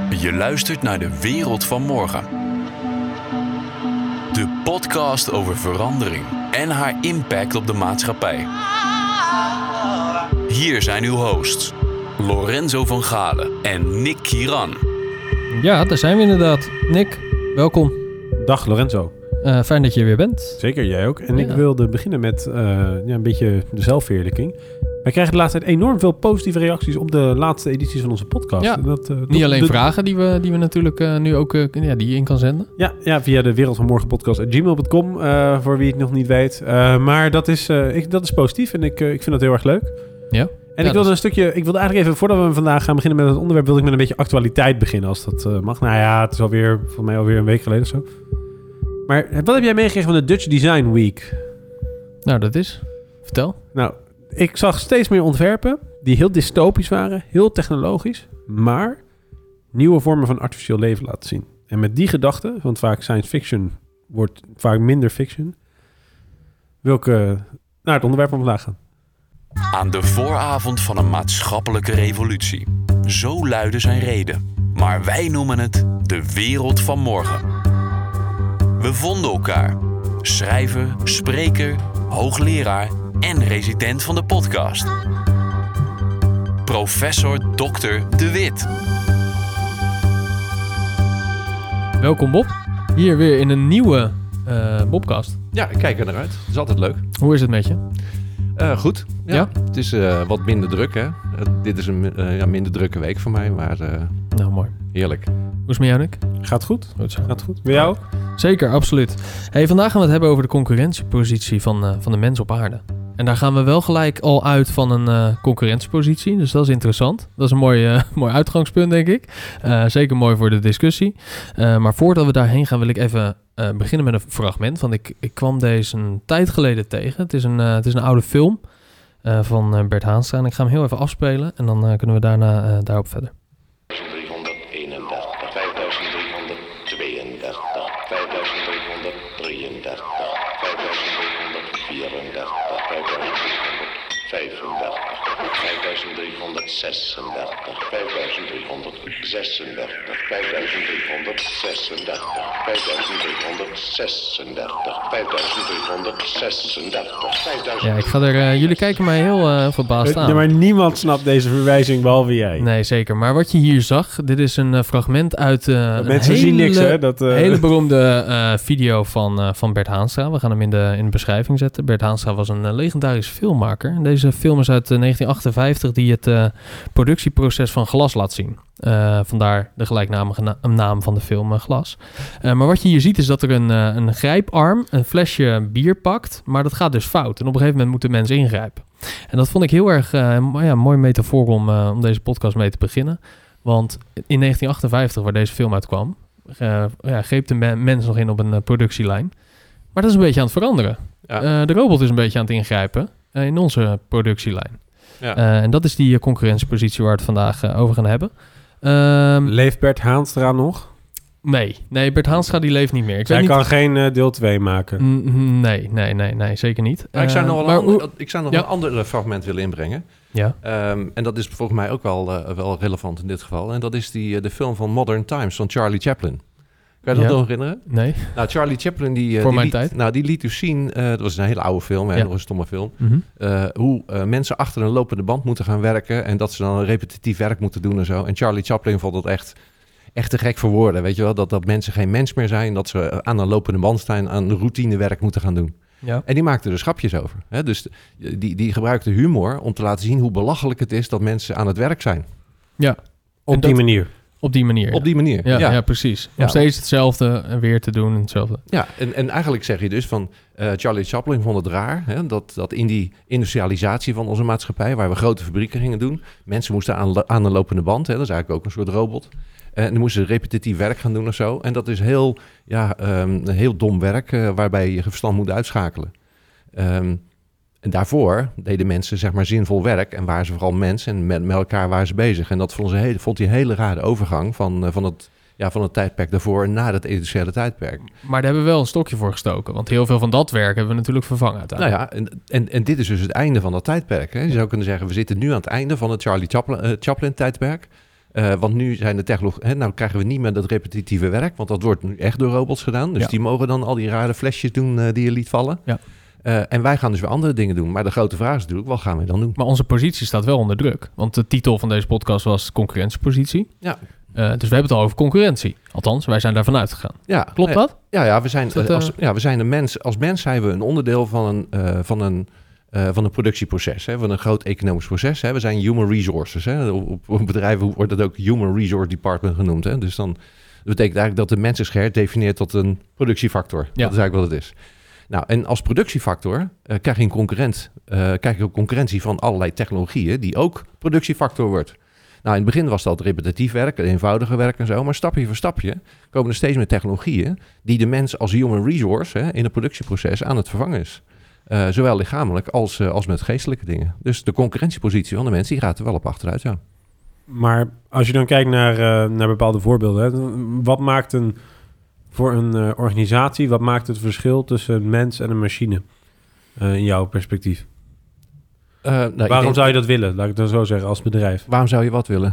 Je luistert naar de wereld van morgen. De podcast over verandering en haar impact op de maatschappij. Hier zijn uw hosts, Lorenzo van Galen en Nick Kieran. Ja, daar zijn we inderdaad. Nick, welkom. Dag Lorenzo. Fijn dat je er weer bent. Zeker, jij ook. En ik wilde beginnen met een beetje de zelfverheerlijking. Wij krijgen de laatste tijd enorm veel positieve reacties op de laatste edities van onze podcast. Ja, niet alleen vragen die we natuurlijk nu ook die je in kan zenden. Ja, via de Wereld van Morgen podcast @gmail.com, voor wie het nog niet weet. Maar dat is positief en ik vind dat heel erg leuk. Ja. En ik wilde eigenlijk even, voordat we vandaag gaan beginnen met het onderwerp, wilde ik met een beetje actualiteit beginnen, als dat mag. Nou ja, het is volgens mij alweer een week geleden of zo. Maar wat heb jij meegekregen van de Dutch Design Week? Nou, dat is. Vertel. Nou, ik zag steeds meer ontwerpen die heel dystopisch waren, heel technologisch, maar nieuwe vormen van artificieel leven laten zien. En met die gedachte, want vaak science fiction wordt vaak minder fiction, wil ik naar het onderwerp van vandaag gaan. Aan de vooravond van een maatschappelijke revolutie. Zo luidde zijn reden. Maar wij noemen het de wereld van morgen. We vonden elkaar. Schrijver, spreker, hoogleraar en resident van de podcast. Professor Dr. De Wit. Welkom Bob. Hier weer in een nieuwe Bobcast. Ja, ik kijk er naar uit. Het is altijd leuk. Hoe is het met je? Goed. Ja? Het is wat minder druk, hè. Dit is een minder drukke week voor mij, maar Nou, mooi. heerlijk. Hoe is het met jou, Nick? Gaat goed? Goed zo. Gaat goed. Bij jou ook? Zeker, absoluut. Hey, vandaag gaan we het hebben over de concurrentiepositie van de mens op aarde. En daar gaan we wel gelijk al uit van een concurrentiepositie. Dus dat is interessant. Dat is een mooi uitgangspunt, denk ik. Zeker mooi voor de discussie. Maar voordat we daarheen gaan, wil ik even beginnen met een fragment. Want ik kwam deze een tijd geleden tegen. Het is een oude film van Bert Haanstra. En ik ga hem heel even afspelen. En dan kunnen we daarna daarop verder. 5331, 5332, 5333, 5334, 5335, 5336, 5336, 5336. Ja, ik ga jullie kijken mij heel verbaasd aan. Ja, maar niemand snapt deze verwijzing behalve jij. Nee, zeker. Maar wat je hier zag, dit is een fragment uit Mensen zien niks, hè? hele beroemde video van Bert Haanstra. We gaan hem in de beschrijving zetten. Bert Haanstra was een legendarische filmmaker. En deze film is uit 1958 die het productieproces van glas laat zien. Vandaar de gelijknamige naam van de film Glas. Maar wat je hier ziet is dat er een grijparm een flesje bier pakt, maar dat gaat dus fout. En op een gegeven moment moet de mens ingrijpen. En dat vond ik heel erg een mooi metafoor om deze podcast mee te beginnen. Want in 1958, waar deze film uitkwam, greep de mens nog in op een productielijn. Maar dat is een beetje aan het veranderen. Ja. De robot is een beetje aan het ingrijpen in onze productielijn. Ja. En dat is die concurrentiepositie waar we het vandaag over gaan hebben. Leeft Bert Haanstra nog? Nee, Bert Haanstra die leeft niet meer. Hij kan geen deel 2 maken? Nee, zeker niet. Ik zou nog een ander fragment willen inbrengen. Ja. En dat is volgens mij ook wel relevant in dit geval. En dat is de film van Modern Times van Charlie Chaplin. Kan je dat nog herinneren? Nee. Nou, Charlie Chaplin die liet dus zien, dat was een hele oude film, nog een stomme film, hoe mensen achter een lopende band moeten gaan werken en dat ze dan een repetitief werk moeten doen en zo. En Charlie Chaplin vond dat echt te gek voor woorden, weet je wel, dat mensen geen mens meer zijn, dat ze aan een lopende band staan, aan routinewerk moeten gaan doen. Ja. En die maakte er schapjes over. Hè? Dus die gebruikte humor om te laten zien hoe belachelijk het is dat mensen aan het werk zijn. Ja. Op die manier. Op die manier. Ja, precies. Om steeds hetzelfde weer te doen. Hetzelfde. Ja, en eigenlijk zeg je dus van Charlie Chaplin vond het raar, hè, dat in die industrialisatie van onze maatschappij, waar we grote fabrieken gingen doen, mensen moesten aan een lopende band, hè, dat is eigenlijk ook een soort robot. En dan moesten ze repetitief werk gaan doen of zo. En dat is heel dom werk, waarbij je verstand moet uitschakelen. En daarvoor deden mensen zeg maar zinvol werk en waren ze vooral mensen en met elkaar waren ze bezig. En dat vond hij een hele rare overgang van het tijdperk daarvoor naar het industriële tijdperk. Maar daar hebben we wel een stokje voor gestoken, want heel veel van dat werk hebben we natuurlijk vervangen uiteindelijk. Nou ja, en dit is dus het einde van dat tijdperk. Hè? Je zou kunnen zeggen, we zitten nu aan het einde van het Charlie Chaplin tijdperk. Want nu zijn de technologie... Nou krijgen we niet meer dat repetitieve werk, want dat wordt nu echt door robots gedaan. Dus die mogen dan al die rare flesjes doen die je liet vallen. Ja. En wij gaan dus weer andere dingen doen. Maar de grote vraag is natuurlijk, wat gaan we dan doen? Maar onze positie staat wel onder druk. Want de titel van deze podcast was concurrentiepositie. Ja. Dus we hebben het al over concurrentie. Althans, wij zijn daarvan uitgegaan. Ja, klopt dat? Ja, we zijn een mens. Als mens zijn we een onderdeel van een productieproces. Hè, van een groot economisch proces. Hè. We zijn human resources. Hè. Op bedrijven wordt het ook human resource department genoemd. Hè. Dus dat betekent eigenlijk dat de mens is geherdefinieerd tot een productiefactor. Ja. Dat is eigenlijk wat het is. Nou, en als productiefactor krijg je een concurrentie van allerlei technologieën die ook productiefactor wordt. Nou, in het begin was dat repetitief werk, eenvoudige werk en zo. Maar stapje voor stapje komen er steeds meer technologieën die de mens als human resource in het productieproces aan het vervangen is. Zowel lichamelijk als met geestelijke dingen. Dus de concurrentiepositie van de mens die gaat er wel op achteruit, ja. Maar als je dan kijkt naar bepaalde voorbeelden, hè, wat maakt voor een organisatie, wat maakt het verschil tussen een mens en een machine in jouw perspectief? Waarom zou je dat willen, laat ik het dan zo zeggen, als bedrijf? Waarom zou je wat willen?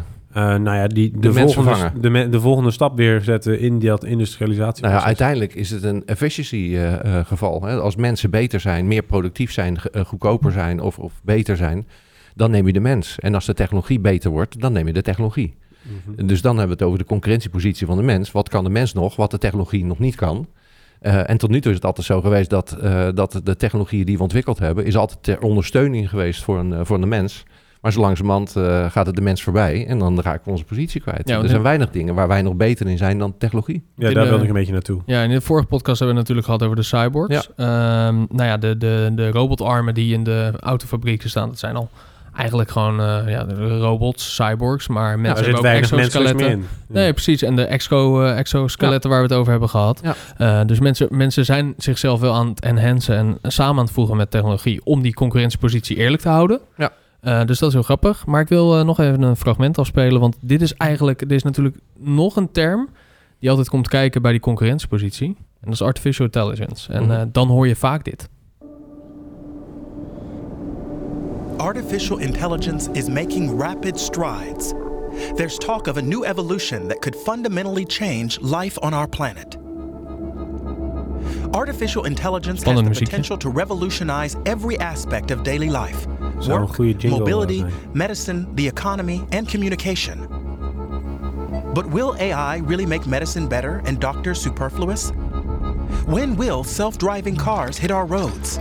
De volgende stap weer zetten in dat industrialisatie. Nou ja, uiteindelijk is het een efficiency geval. Hè? Als mensen beter zijn, meer productief zijn, goedkoper zijn of beter zijn, dan neem je de mens. En als de technologie beter wordt, dan neem je de technologie. Mm-hmm. Dus dan hebben we het over de concurrentiepositie van de mens. Wat kan de mens nog, wat de technologie nog niet kan? En tot nu toe is het altijd zo geweest dat de technologieën die we ontwikkeld hebben, is altijd ter ondersteuning geweest voor de mens. Maar zo langzamerhand gaat het de mens voorbij en dan raken we onze positie kwijt. Er zijn weinig dingen waar wij nog beter in zijn dan technologie. Ja, daar wilde ik een beetje naartoe. Ja, in de vorige podcast hebben we het natuurlijk gehad over de cyborgs. Ja. De robotarmen die in de autofabrieken staan, dat zijn al eigenlijk gewoon de robots, cyborgs, maar mensen hebben ook exoskeletten. Nee, precies. En de exoskeletten waar we het over hebben gehad. Ja. Dus mensen zijn zichzelf wel aan het enhancen en samen aan het voegen met technologie om die concurrentiepositie eerlijk te houden. Ja. Dus dat is heel grappig. Maar ik wil nog even een fragment afspelen, want dit is natuurlijk nog een term die altijd komt kijken bij die concurrentiepositie. En dat is artificial intelligence. En dan hoor je vaak dit. Artificial intelligence is making rapid strides. There's talk of a new evolution that could fundamentally change life on our planet. Artificial intelligence has the potential to revolutionize every aspect of daily life. Work, mobility, medicine, the economy, and communication. But will AI really make medicine better and doctors superfluous? When will self-driving cars hit our roads?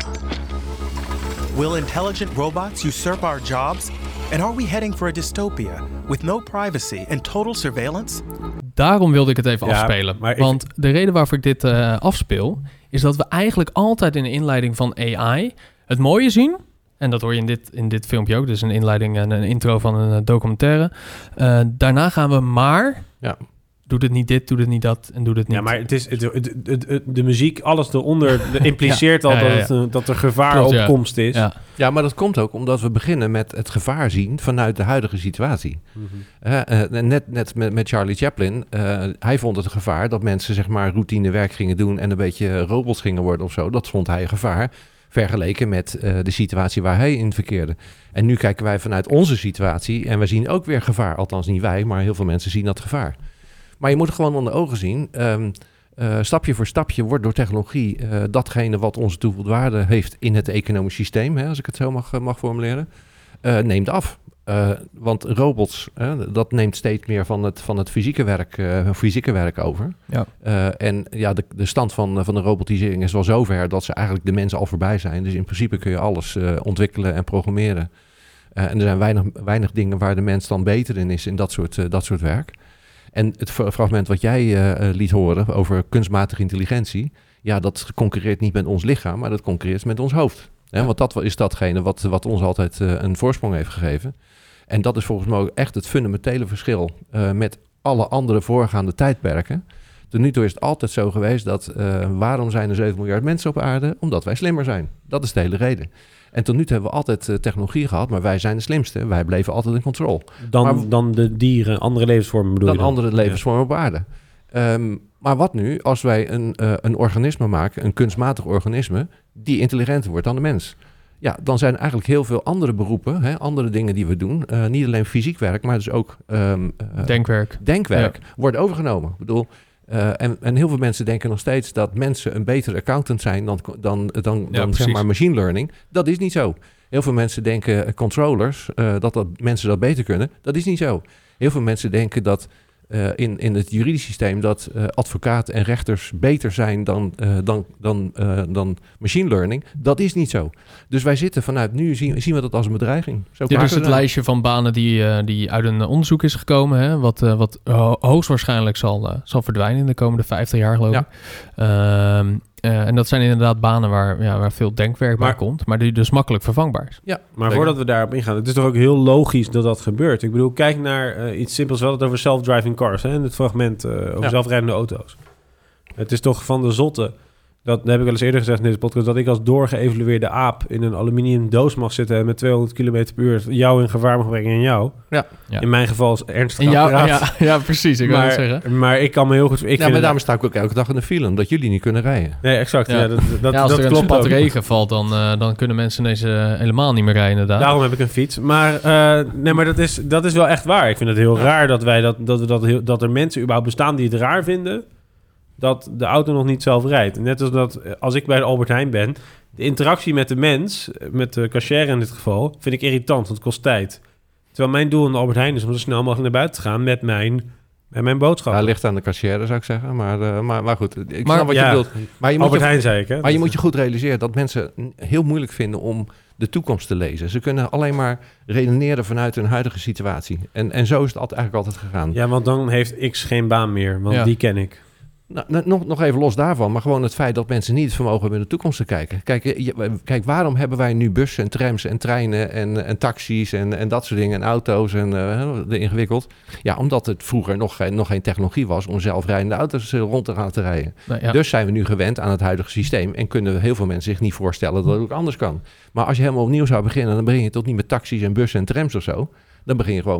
Will intelligent robots usurp our jobs? And are we heading for a dystopia with no privacy and total surveillance? Daarom wilde ik het even afspelen. Want de reden waarvoor ik dit afspeel is dat we eigenlijk altijd in de inleiding van AI het mooie zien. En dat hoor je in dit filmpje ook. Dus een inleiding en een intro van een documentaire. Daarna gaan we maar... Ja. Doe het niet dit, doe het niet dat en doe het niet. Ja, maar het is de muziek, alles eronder impliceert dat er gevaar op komst is. Ja, maar dat komt ook omdat we beginnen met het gevaar zien vanuit de huidige situatie. Mm-hmm. Net met Charlie Chaplin. Hij vond het een gevaar dat mensen zeg maar routinewerk gingen doen en een beetje robots gingen worden of zo. Dat vond hij een gevaar vergeleken met de situatie waar hij in verkeerde. En nu kijken wij vanuit onze situatie en we zien ook weer gevaar. Althans niet wij, maar heel veel mensen zien dat gevaar. Maar je moet het gewoon onder ogen zien. Stapje voor stapje wordt door technologie datgene wat onze toegevoegde waarde heeft in het economisch systeem, als ik het zo mag formuleren, neemt af. Want robots, dat neemt steeds meer van het fysieke werk over. Ja. En ja, de stand van de robotisering is wel zover dat ze eigenlijk de mensen al voorbij zijn. Dus in principe kun je alles ontwikkelen en programmeren. En er zijn weinig dingen waar de mens dan beter in is in dat soort werk. En het fragment wat jij liet horen over kunstmatige intelligentie, ja, dat concurreert niet met ons lichaam, maar dat concurreert met ons hoofd. Ja. Want dat is datgene wat ons altijd een voorsprong heeft gegeven. En dat is volgens mij ook echt het fundamentele verschil met alle andere voorgaande tijdperken. Tot nu toe is het altijd zo geweest dat waarom zijn er 7 miljard mensen op aarde? Omdat wij slimmer zijn. Dat is de hele reden. En tot nu toe hebben we altijd technologie gehad, maar wij zijn de slimste. Wij bleven altijd in controle. Dan de dieren, andere levensvormen bedoel je dan? Andere levensvormen op aarde. Maar wat nu als wij een organisme maken, een kunstmatig organisme, die intelligenter wordt dan de mens? Ja, dan zijn eigenlijk heel veel andere beroepen, andere dingen die we doen. Niet alleen fysiek werk, maar dus ook denkwerk wordt overgenomen. Ik bedoel, en heel veel mensen denken nog steeds dat mensen een betere accountant zijn dan zeg maar machine learning. Dat is niet zo. Heel veel mensen denken controllers, dat mensen dat beter kunnen. Dat is niet zo. Heel veel mensen denken dat in het juridisch systeem dat advocaten en rechters beter zijn dan machine learning. Dat is niet zo. Dus wij zitten vanuit nu, zien we dat als een bedreiging. Dit is het lijstje van banen die uit een onderzoek is gekomen, hè? Wat hoogstwaarschijnlijk zal verdwijnen in de komende 50 jaar, geloof ik. En dat zijn inderdaad banen waar veel denkwerk bij komt, maar die dus makkelijk vervangbaar is. Ja, maar voordat we daarop ingaan, het is toch ook heel logisch dat gebeurt. Ik bedoel, kijk naar iets simpels, wel het over self-driving cars, hè, in het fragment over zelfrijdende auto's. Het is toch van de zotte, dat heb ik al eens eerder gezegd in deze podcast, dat ik als doorgeëvalueerde aap in een aluminium doos mag zitten en met 200 km per uur jou in gevaar mag brengen en jou. Ja. In mijn geval is ernstig apparaat. Ja, precies. Ik wou het zeggen. Maar ik kan me heel goed... maar daarom sta ik ook elke dag in de file, omdat jullie niet kunnen rijden. Nee, exact. Ja. Als er een spat regen valt, dan kunnen mensen ineens helemaal niet meer rijden, inderdaad. Daarom heb ik een fiets. Maar, maar dat is wel echt waar. Ik vind het heel raar dat er mensen überhaupt bestaan die het raar vinden dat de auto nog niet zelf rijdt. Net als dat als ik bij de Albert Heijn ben, de interactie met de mens, met de cashier in dit geval, vind ik irritant, want het kost tijd. Terwijl mijn doel in de Albert Heijn is om zo snel mogelijk naar buiten te gaan met mijn boodschap. Ja, ligt aan de cashier, zou ik zeggen. Maar goed, ik snap wat je bedoelt. Maar Albert Heijn zei ik, hè? Maar je moet je goed realiseren dat mensen heel moeilijk vinden om de toekomst te lezen. Ze kunnen alleen maar redeneren vanuit hun huidige situatie. En zo is het eigenlijk altijd gegaan. Ja, want dan heeft X geen baan meer, want die ken ik. Nou, nog even los daarvan, maar gewoon het feit dat mensen niet het vermogen hebben in de toekomst te kijken. Kijk, waarom hebben wij nu bussen en trams en treinen en taxis en dat soort dingen en auto's en ingewikkeld? Ja, omdat het vroeger nog geen technologie was om zelfrijdende auto's rond te gaan te rijden. Dus zijn we nu gewend aan het huidige systeem en kunnen heel veel mensen zich niet voorstellen dat het ook anders kan. Maar als je helemaal opnieuw zou beginnen, dan begin je toch niet met taxis en bussen en trams of zo. Dan begin je gewoon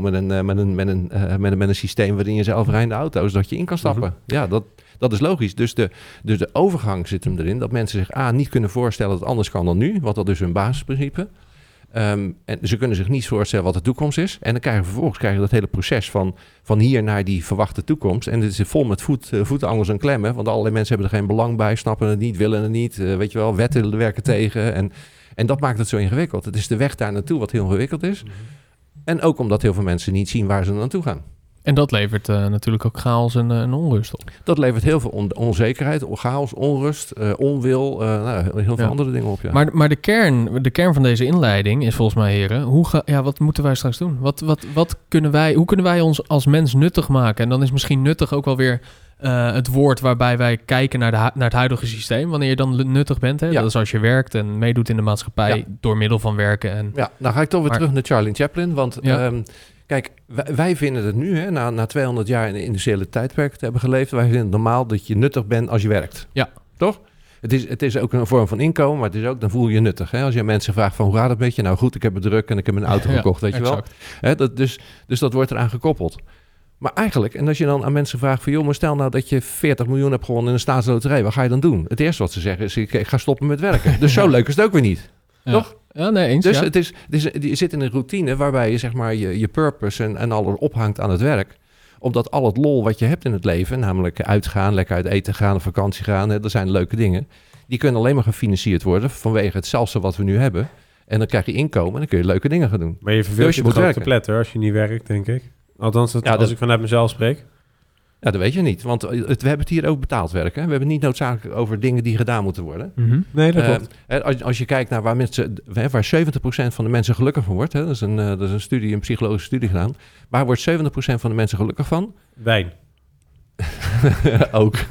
met een systeem waarin je zelfrijdende auto's dat je in kan stappen. Ja, dat is logisch. Dus de overgang zit hem erin dat mensen zich niet kunnen voorstellen dat het anders kan dan nu, want dat is hun basisprincipe. En ze kunnen zich niet voorstellen wat de toekomst is. En dan vervolgens krijg je dat hele proces van hier naar die verwachte toekomst. En het is vol met voetangels en klemmen, want allerlei mensen hebben er geen belang bij, snappen het niet, willen het niet. Weet je wel, wetten werken tegen. En dat maakt het zo ingewikkeld. Het is de weg daar naartoe wat heel ingewikkeld is. En ook omdat heel veel mensen niet zien waar ze naartoe gaan. En dat levert natuurlijk ook chaos en onrust op. Dat levert heel veel onzekerheid, chaos, onrust, onwil, heel veel andere dingen op. Ja. Maar de kern van deze inleiding is volgens mij, heren, wat moeten wij straks doen? Hoe kunnen wij ons als mens nuttig maken? En dan is misschien nuttig ook wel weer het woord waarbij wij kijken naar het huidige systeem. Wanneer je dan nuttig bent. Hè? Ja. Dat is als je werkt en meedoet in de maatschappij door middel van werken. Nou ga ik toch weer terug naar Charlie Chaplin. Want kijk, wij vinden het nu, na 200 jaar in de industriële tijdperk te hebben geleefd, wij vinden het normaal dat je nuttig bent als je werkt. Ja. Toch? Het is ook een vorm van inkomen, maar het is ook, dan voel je je nuttig. Hè? Als je mensen vraagt van hoe gaat het met je? Nou goed, ik heb het druk en ik heb een auto gekocht, weet je wel. Dus dat wordt eraan gekoppeld. Maar eigenlijk, en als je dan aan mensen vraagt van joh, maar stel nou dat je 40 miljoen hebt gewonnen in een staatsloterij, wat ga je dan doen? Het eerste wat ze zeggen is, ik ga stoppen met werken. Dus zo leuk is het ook weer niet. Ja. Toch? Ja, nee, eens. Dus je zit in een routine waarbij je zeg maar je purpose en alles ophangt aan het werk. Omdat al het lol wat je hebt in het leven, namelijk uitgaan, lekker uit eten gaan, op vakantie gaan, dat zijn leuke dingen. Die kunnen alleen maar gefinancierd worden vanwege het zelfste wat we nu hebben. En dan krijg je inkomen en dan kun je leuke dingen gaan doen. Maar je verveelt je moet te pletter als je niet werkt, denk ik. Althans, als ik vanuit mezelf spreek. Ja, dat weet je niet. Want we hebben het hier ook betaald werk. Hè? We hebben niet noodzakelijk over dingen die gedaan moeten worden. Mm-hmm. Nee, dat klopt. Als je kijkt naar waar 70% van de mensen gelukkig van wordt. Hè? Dat is een studie, een psychologische studie gedaan. Waar wordt 70% van de mensen gelukkig van? Wijn. Ook.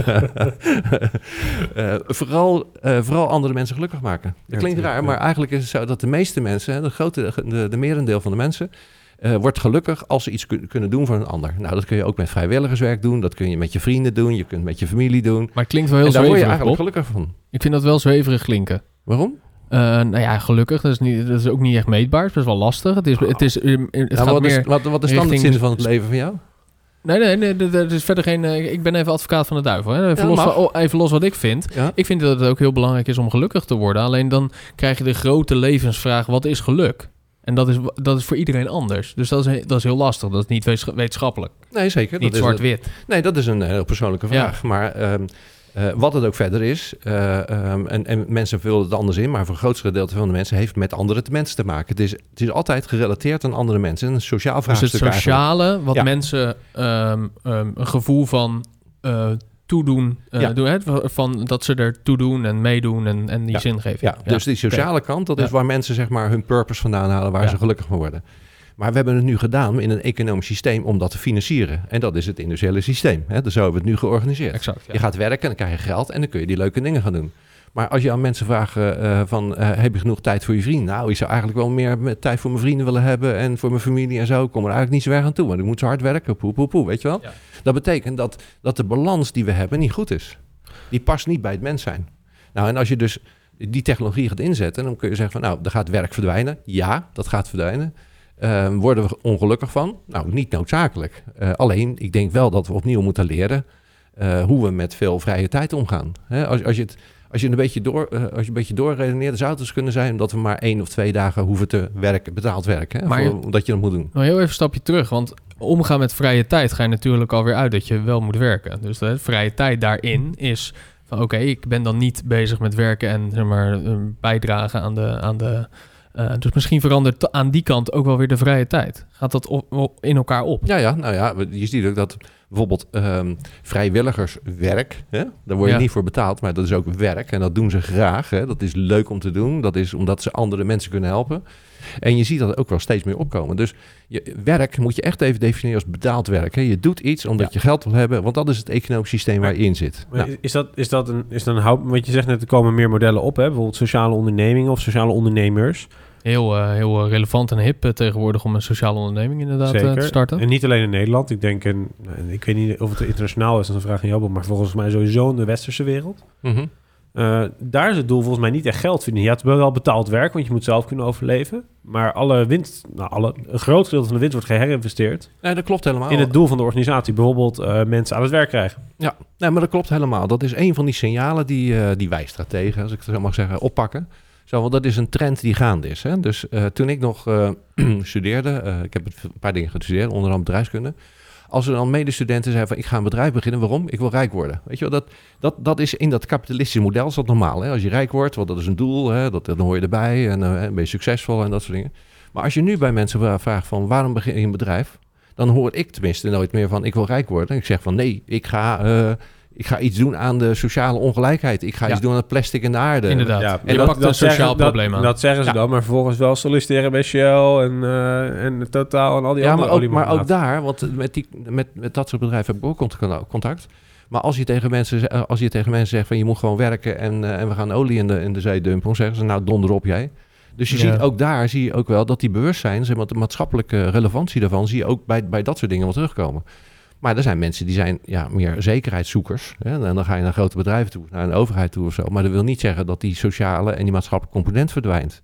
Vooral andere mensen gelukkig maken. Dat klinkt raar, maar eigenlijk is het zo dat de meeste mensen, de merendeel van de mensen, wordt gelukkig als ze iets kunnen doen voor een ander. Nou, dat kun je ook met vrijwilligerswerk doen. Dat kun je met je vrienden doen. Je kunt met je familie doen. Maar het klinkt wel heel zweverig. Daar word je eigenlijk gelukkig van. Ik vind dat wel zweverig klinken. Waarom? Gelukkig. Dat is ook niet echt meetbaar. Het is best wel lastig. Wat is dan de standaardzin van het leven van jou? Nee, er is verder geen... ik ben even advocaat van de duivel. Hè? Even los wat ik vind. Ja. Ik vind dat het ook heel belangrijk is om gelukkig te worden. Alleen dan krijg je de grote levensvraag, wat is geluk? En dat is voor iedereen anders. Dus dat is heel lastig. Dat is niet wetenschappelijk. Nee, zeker. Niet zwart-wit. Nee, dat is een heel persoonlijke vraag. Ja. Maar wat het ook verder is... en mensen vullen het anders in... maar voor het grootste gedeelte van de mensen... heeft met andere mensen te maken. Het is altijd gerelateerd aan andere mensen. Een sociaal vraagstuk. Dus het sociale, wat mensen een gevoel van... toedoen, doen, hè? Van dat ze er toe doen en meedoen en die zingeving. Ja, dus die sociale kant, dat is waar mensen zeg maar hun purpose vandaan halen, waar ze gelukkig van worden. Maar we hebben het nu gedaan in een economisch systeem om dat te financieren. En dat is het industriële systeem. Hè? Dus zo hebben we het nu georganiseerd. Exact, ja. Je gaat werken, dan krijg je geld en dan kun je die leuke dingen gaan doen. Maar als je aan mensen vraagt heb je genoeg tijd voor je vrienden? Nou, ik zou eigenlijk wel meer tijd voor mijn vrienden willen hebben en voor mijn familie en zo. Ik kom er eigenlijk niet zo erg aan toe, want ik moet zo hard werken. Poe, weet je wel? Ja. Dat betekent dat de balans die we hebben niet goed is. Die past niet bij het mens zijn. Nou, en als je dus die technologie gaat inzetten, dan kun je zeggen van, nou, dan gaat werk verdwijnen. Ja, dat gaat verdwijnen. Worden we ongelukkig van? Nou, niet noodzakelijk. Alleen, ik denk wel dat we opnieuw moeten leren hoe we met veel vrije tijd omgaan. Als je een beetje doorredeneert, dan zou het dus kunnen zijn dat we maar 1 of 2 dagen hoeven te werken, betaald werken. Omdat je dat moet doen. Nou, heel even een stapje terug, want omgaan met vrije tijd ga je natuurlijk alweer uit dat je wel moet werken. Dus de vrije tijd daarin is van oké, ik ben dan niet bezig met werken en zeg maar bijdragen aan de dus misschien verandert aan die kant ook wel weer de vrije tijd. Gaat dat in elkaar op? Ja, je ziet ook dat bijvoorbeeld vrijwilligerswerk, hè? Daar word je niet voor betaald, maar dat is ook werk en dat doen ze graag. Hè? Dat is leuk om te doen, dat is omdat ze andere mensen kunnen helpen. En je ziet dat ook wel steeds meer opkomen. Dus werk moet je echt even definiëren als betaald werk. Hè? Je doet iets omdat je geld wil hebben, want dat is het economisch systeem waar je in zit. Nou. Is dat wat je zegt net, er komen meer modellen op, hè? Bijvoorbeeld sociale ondernemingen of sociale ondernemers. Heel relevant en hip tegenwoordig om een sociale onderneming inderdaad te starten. En niet alleen in Nederland. Ik denk, ik weet niet of het internationaal is, dat is een vraag aan jou, maar volgens mij sowieso in de westerse wereld. Mm-hmm. Daar is het doel volgens mij niet echt geld verdienen. Je hebt wel betaald werk, want je moet zelf kunnen overleven. Maar alle winst, een groot gedeelte van de winst wordt geherinvesteerd. Nee, dat klopt helemaal. In het doel van de organisatie. Bijvoorbeeld mensen aan het werk krijgen. Ja, nee, maar dat klopt helemaal. Dat is een van die signalen die wij strategen, als ik het zo mag zeggen, oppakken. Want dat is een trend die gaande is. Hè? Dus toen ik nog studeerde, ik heb een paar dingen gestudeerd, onder andere bedrijfskunde. Als er dan medestudenten zeiden van ik ga een bedrijf beginnen, waarom? Ik wil rijk worden. Weet je wel, dat is in dat kapitalistische model is dat normaal. Hè? Als je rijk wordt, want dat is een doel, hè? Dan hoor je erbij en ben je succesvol en dat soort dingen. Maar als je nu bij mensen vraagt van waarom begin je een bedrijf, dan hoor ik tenminste nooit meer van ik wil rijk worden. En ik zeg van nee, ik ga iets doen aan de sociale ongelijkheid. Ik ga iets doen aan het plastic en de aarde. Inderdaad. Ja, en dat pakt een sociaal probleem aan. Dat zeggen ze dan, maar vervolgens wel solliciteren bij Shell en Totaal en al die andere oliemagnaten. Maar ook daar, want met dat soort bedrijven heb ik ook contact. Maar als je tegen mensen zegt van je moet gewoon werken en we gaan olie in de zee dumpen, dan zeggen ze nou donder op jij. Dus je ziet ook daar, zie je ook wel dat die bewustzijn, zeg maar, de maatschappelijke relevantie daarvan, zie je ook bij dat soort dingen wel terugkomen. Maar er zijn mensen die zijn meer zekerheidszoekers. Hè? En dan ga je naar grote bedrijven toe, naar een overheid toe of zo. Maar dat wil niet zeggen dat die sociale en die maatschappelijke component verdwijnt.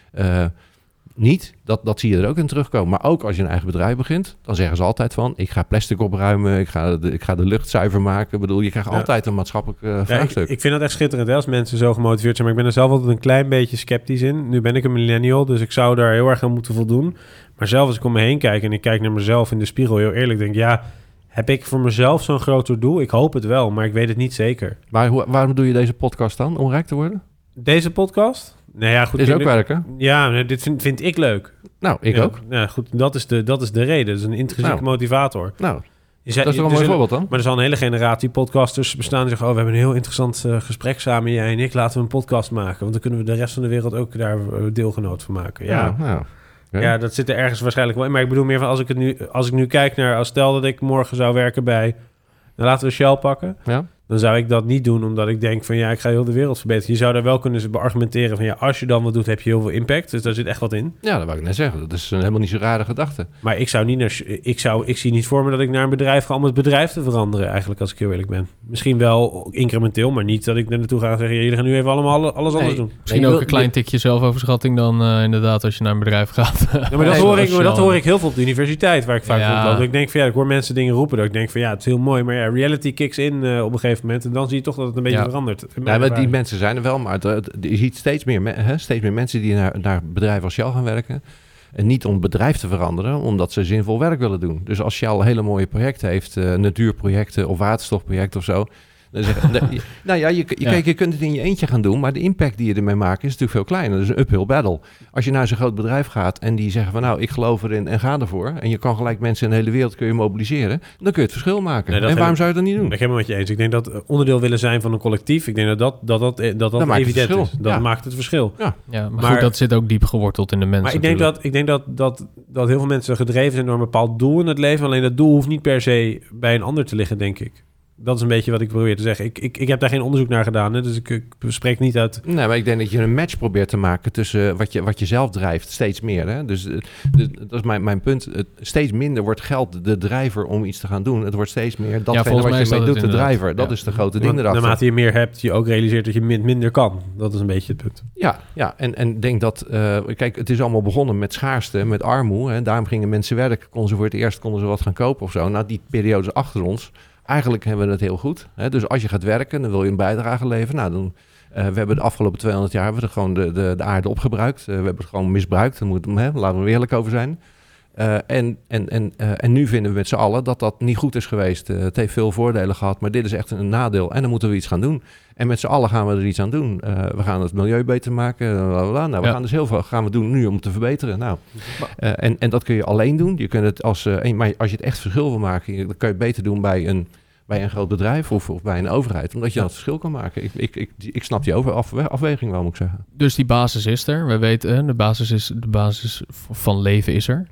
Niet, dat zie je er ook in terugkomen. Maar ook als je een eigen bedrijf begint, dan zeggen ze altijd van ik ga plastic opruimen, ik ga de lucht zuiver maken. Ik bedoel, je krijgt altijd een maatschappelijk vraagstuk. Ik vind dat echt schitterend hè, als mensen zo gemotiveerd zijn. Maar ik ben er zelf altijd een klein beetje sceptisch in. Nu ben ik een millennial, dus ik zou daar heel erg aan moeten voldoen. Maar zelf als ik om me heen kijk en ik kijk naar mezelf in de spiegel, heel eerlijk denk heb ik voor mezelf zo'n groter doel? Ik hoop het wel, maar ik weet het niet zeker. Maar waarom doe je deze podcast dan, om rijk te worden? Deze podcast? Nou ja, goed. Is ook werken? Ja, dit vind ik leuk. Nou, ik ook. Ja, goed. Dat is de reden. Dat is een intrinsieke motivator. Nou, dat is toch een mooi voorbeeld dan? Maar er zal een hele generatie podcasters bestaan die zeggen, we hebben een heel interessant gesprek samen, jij en ik. Laten we een podcast maken. Want dan kunnen we de rest van de wereld ook daar deelgenoot van maken. Ja, dat zit er ergens waarschijnlijk wel in. Maar ik bedoel meer van als ik nu kijk naar, stel dat ik morgen zou werken bij, dan laten we Shell pakken. Ja. dan zou ik dat niet doen omdat ik denk van ik ga heel de wereld verbeteren. Je zou daar wel kunnen beargumenteren van als je dan wat doet, heb je heel veel impact. Dus daar zit echt wat in. Ja, dat wou ik net zeggen. Dat is helemaal niet zo'n rare gedachte. Maar ik zie niet voor me dat ik naar een bedrijf ga om het bedrijf te veranderen, eigenlijk, als ik heel eerlijk ben. Misschien wel incrementeel, maar niet dat ik er naartoe ga en zeggen, jullie gaan nu even allemaal alles anders doen. Misschien ook een klein tikje zelfoverschatting dan inderdaad als je naar een bedrijf gaat. Ja, maar dat hoor ik heel veel op de universiteit, waar ik vaak rondloop. Ik denk van ik hoor mensen dingen roepen. Dat ik denk van het is heel mooi, maar reality kicks in op een gegeven moment. En dan zie je toch dat het een beetje verandert. Ja, maar die mensen zijn er wel, maar je ziet steeds meer mensen die naar bedrijven als Shell gaan werken. En niet om het bedrijf te veranderen, omdat ze zinvol werk willen doen. Dus als Shell een hele mooie projecten heeft, natuurprojecten of waterstofprojecten of zo. Je kunt het in je eentje gaan doen, maar de impact die je ermee maakt is natuurlijk veel kleiner. Dat is een uphill battle. Als je naar zo'n groot bedrijf gaat en die zeggen van ik geloof erin en ga ervoor. En je kan gelijk mensen in de hele wereld kun je mobiliseren. Dan kun je het verschil maken. En waarom zou je dat niet doen? Ben ik helemaal met je eens. Ik denk dat onderdeel willen zijn van een collectief. Ik denk dat evident is. Dat maakt het verschil. Ja, maar goed, dat zit ook diep geworteld in de mensen. Maar ik denk dat heel veel mensen gedreven zijn door een bepaald doel in het leven. Alleen dat doel hoeft niet per se bij een ander te liggen, denk ik. Dat is een beetje wat ik probeer te zeggen. Ik heb daar geen onderzoek naar gedaan, hè, dus ik spreek niet uit... Nee, maar ik denk dat je een match probeert te maken tussen wat je zelf drijft, steeds meer. Hè? Dus dat is mijn punt. Steeds minder wordt geld de drijver om iets te gaan doen. Het wordt steeds meer datgene wat je mee doet, de drijver. Dat is de grote ding erachter. Naarmate je meer hebt, je ook realiseert dat je minder kan. Dat is een beetje het punt. Ja. En denk dat... kijk, het is allemaal begonnen met schaarste, met armoede. Hè? Daarom gingen mensen werken. Konden ze voor het eerst wat gaan kopen of zo. Nou, die periode is achter ons. Eigenlijk hebben we het heel goed. Hè? Dus als je gaat werken, dan wil je een bijdrage leveren. Nou, dan, we hebben de afgelopen 200 jaar gewoon de aarde opgebruikt. We hebben het gewoon misbruikt. Laten we er eerlijk over zijn. En nu vinden we met z'n allen dat niet goed is geweest. Het heeft veel voordelen gehad, maar dit is echt een nadeel. En dan moeten we iets gaan doen. En met z'n allen gaan we er iets aan doen. We gaan het milieu beter maken. Nou, we gaan dus heel veel gaan we doen nu om te verbeteren. Nou, en dat kun je alleen doen. Je kunt het maar als je het echt verschil wil maken, dan kan je het beter doen bij een groot bedrijf of bij een overheid. Omdat je dat verschil kan maken. Ik snap die afweging wel, moet ik zeggen. Dus die basis is er. We weten, de basis van leven is er.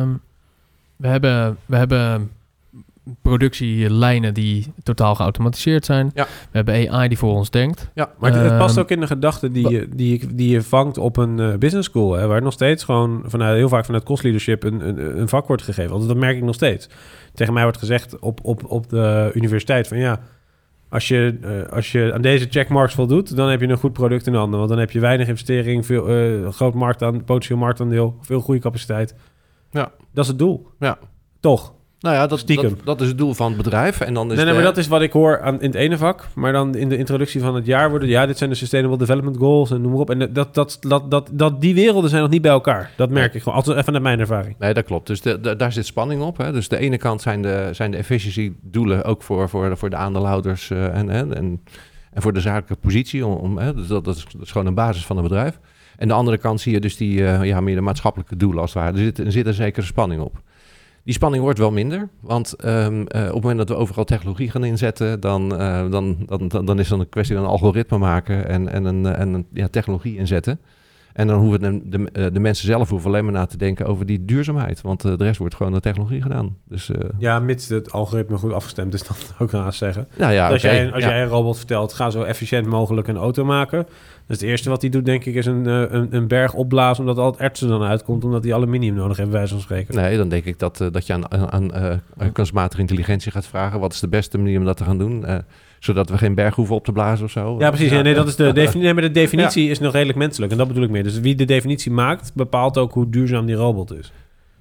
We hebben productielijnen die totaal geautomatiseerd zijn. Ja. We hebben AI die voor ons denkt. Ja, maar het past ook in de gedachte die je vangt op een business school. Hè, waar nog steeds gewoon heel vaak vanuit cost leadership een vak wordt gegeven. Want dat merk ik nog steeds. Tegen mij wordt gezegd op de universiteit van als je aan deze checkmarks voldoet, dan heb je een goed product in handen. Want dan heb je weinig investering, groot potentieel marktaandeel, veel goede capaciteit. Ja. Dat is het doel. Ja. Toch? Nou ja, dat is het doel van het bedrijf. En dan is maar dat is wat ik hoor in het ene vak. Maar dan in de introductie van het jaar worden... dit zijn de Sustainable Development Goals en noem maar op. En die werelden zijn nog niet bij elkaar. Dat merk ik gewoon. Altijd even naar mijn ervaring. Nee, dat klopt. Dus daar zit spanning op. Hè? Dus de ene kant zijn de efficiency doelen ook voor de aandeelhouders en voor de zakelijke positie. Dus dat is gewoon een basis van een bedrijf. En de andere kant zie je dus die meer de maatschappelijke doelen als het ware. Er zit een zekere spanning op. Die spanning wordt wel minder, want op het moment dat we overal technologie gaan inzetten, dan is het een kwestie van een algoritme maken en een technologie inzetten. En dan hoeven de mensen zelf hoeven alleen maar na te denken over die duurzaamheid, want de rest wordt gewoon door technologie gedaan. Dus, mits het algoritme goed afgestemd is, dan ook aan zeggen. Nou ja, als jij een robot vertelt, ga zo efficiënt mogelijk een auto maken. Dus het eerste wat hij doet, denk ik, is een berg opblazen, omdat al het erts er dan uitkomt, omdat hij aluminium nodig heeft, bij wijze van spreken. Nee, dan denk ik dat je aan kunstmatige intelligentie gaat vragen, wat is de beste manier om dat te gaan doen? Zodat we geen berg hoeven op te blazen of zo. Ja, precies. Ja. Nee, dat is de definitie. Nee, maar de definitie is nog redelijk menselijk. En dat bedoel ik meer. Dus wie de definitie maakt, bepaalt ook hoe duurzaam die robot is.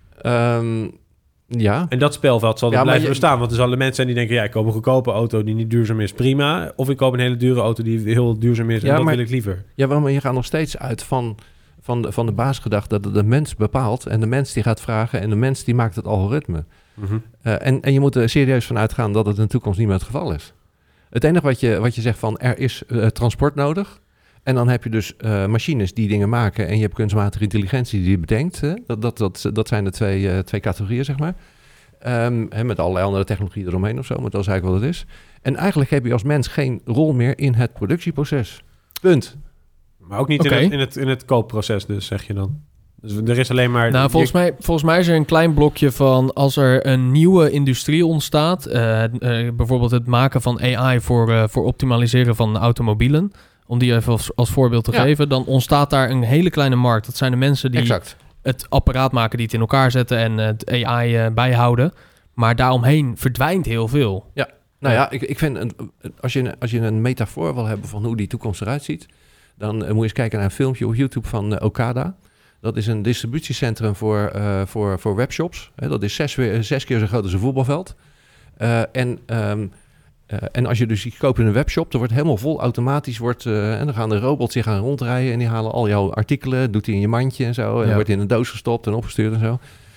Ja. En dat spelveld zal er blijven bestaan. Want er zullen mensen zijn die denken... ik koop een goedkope auto die niet duurzaam is, prima. Of ik koop een hele dure auto die heel duurzaam is. En dat wil ik liever. Ja, maar je gaat nog steeds uit van de basisgedachte... dat de mens bepaalt en de mens die gaat vragen... en de mens die maakt het algoritme. Mm-hmm. En je moet er serieus van uitgaan dat het in de toekomst niet meer het geval is. Het enige wat je zegt van er is transport nodig. En dan heb je dus machines die dingen maken. En je hebt kunstmatige intelligentie die bedenkt. Dat zijn de twee categorieën, zeg maar. Met allerlei andere technologieën eromheen of zo. Maar dat is eigenlijk wat het is. En eigenlijk heb je als mens geen rol meer in het productieproces. Punt. Maar ook niet in het koopproces dus, zeg je dan? Dus er is alleen maar... Volgens mij is er een klein blokje van... als er een nieuwe industrie ontstaat... bijvoorbeeld het maken van AI voor optimaliseren van automobielen... om die even als voorbeeld te geven... dan ontstaat daar een hele kleine markt. Dat zijn de mensen die het apparaat maken... die het in elkaar zetten en het AI bijhouden. Maar daaromheen verdwijnt heel veel. Ja, nou ja, ik vind... Als je een metafoor wil hebben van hoe die toekomst eruit ziet... dan moet je eens kijken naar een filmpje op YouTube van Okada... Dat is een distributiecentrum voor webshops. Dat is 6 keer zo groot als een voetbalveld. En als je dus iets koopt in een webshop... dan wordt helemaal vol automatisch... en dan gaan de robots zich gaan rondrijden... en die halen al jouw artikelen... doet hij in je mandje en zo... en dan wordt in een doos gestopt en opgestuurd en zo.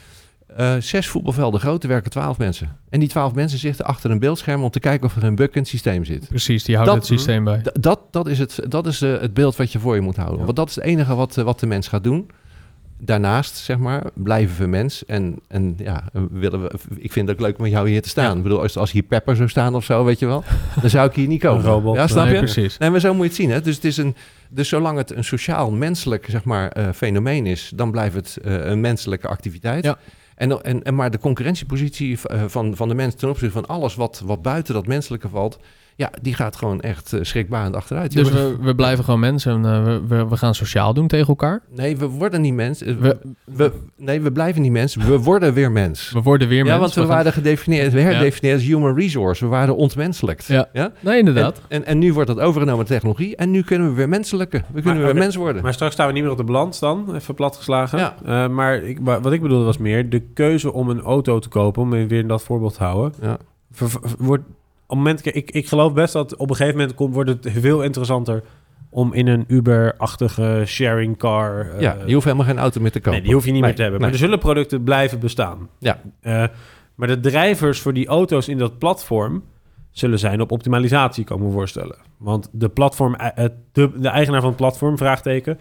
6 voetbalvelden groot, er werken 12 mensen. En die 12 mensen zitten achter een beeldscherm... om te kijken of er een bug in het systeem zit. Precies, die houden het systeem bij. Dat is het beeld wat je voor je moet houden. Ja. Want dat is het enige wat de mens gaat doen... Daarnaast, zeg maar, blijven we mens. En ja, ik vind het ook leuk om met jou hier te staan. Ja. Ik bedoel, als hier Pepper zou staan of zo, weet je wel... dan zou ik hier niet komen. Een robot. Ja, snap je? Precies. Nee, maar zo moet je het zien. Hè? Dus zolang het een sociaal-menselijk, zeg maar, fenomeen is... dan blijft het een menselijke activiteit. Ja. Maar de concurrentiepositie van de mens... ten opzichte van alles wat buiten dat menselijke valt... Ja, die gaat gewoon echt schrikbarend achteruit. Dus we blijven gewoon mensen en we gaan sociaal doen tegen elkaar? Nee, we worden niet mens. We blijven niet mens. We worden weer mens. We worden weer mens. Ja, want we waren herdefinieerd als human resource. We waren ontmenselijkt. Ja? Nee, inderdaad. En nu wordt dat overgenomen technologie. En nu kunnen we weer menselijken. We kunnen weer mens worden. Maar straks staan we niet meer op de balans dan. Even platgeslagen. Ja. Maar wat ik bedoelde was meer... de keuze om een auto te kopen... om weer in dat voorbeeld te houden... Ja. wordt... Op het moment, ik geloof best dat op een gegeven moment wordt het veel interessanter om in een Uber-achtige sharing car... je hoeft helemaal geen auto meer te kopen. Nee, die hoef je niet meer te hebben. Nee. Maar er zullen producten blijven bestaan. Ja. Maar de drijvers voor die auto's in dat platform zullen zijn op optimalisatie, kan ik me voorstellen. Want de platform, de eigenaar van het platform, vraagteken...